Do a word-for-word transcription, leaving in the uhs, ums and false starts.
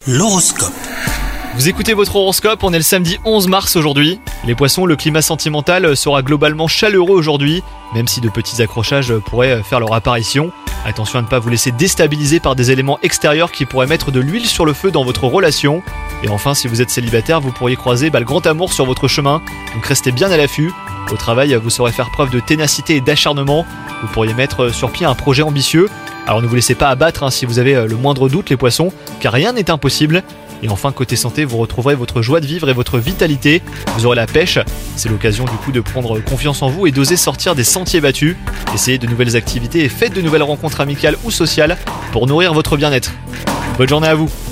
L'horoscope. Vous écoutez votre horoscope, on est le samedi onze mars aujourd'hui. Les poissons, le climat sentimental sera globalement chaleureux aujourd'hui, même si de petits accrochages pourraient faire leur apparition. Attention à ne pas vous laisser déstabiliser par des éléments extérieurs qui pourraient mettre de l'huile sur le feu dans votre relation. Et enfin, si vous êtes célibataire, vous pourriez croiser bah, le grand amour sur votre chemin, donc restez bien à l'affût. Au travail, vous saurez faire preuve de ténacité et d'acharnement. Vous pourriez mettre sur pied un projet ambitieux. Alors ne vous laissez pas abattre hein, si vous avez le moindre doute les poissons, car rien n'est impossible. Et enfin, côté santé, vous retrouverez votre joie de vivre et votre vitalité. Vous aurez la pêche. C'est l'occasion du coup de prendre confiance en vous et d'oser sortir des sentiers battus. Essayez de nouvelles activités et faites de nouvelles rencontres amicales ou sociales pour nourrir votre bien-être. Bonne journée à vous.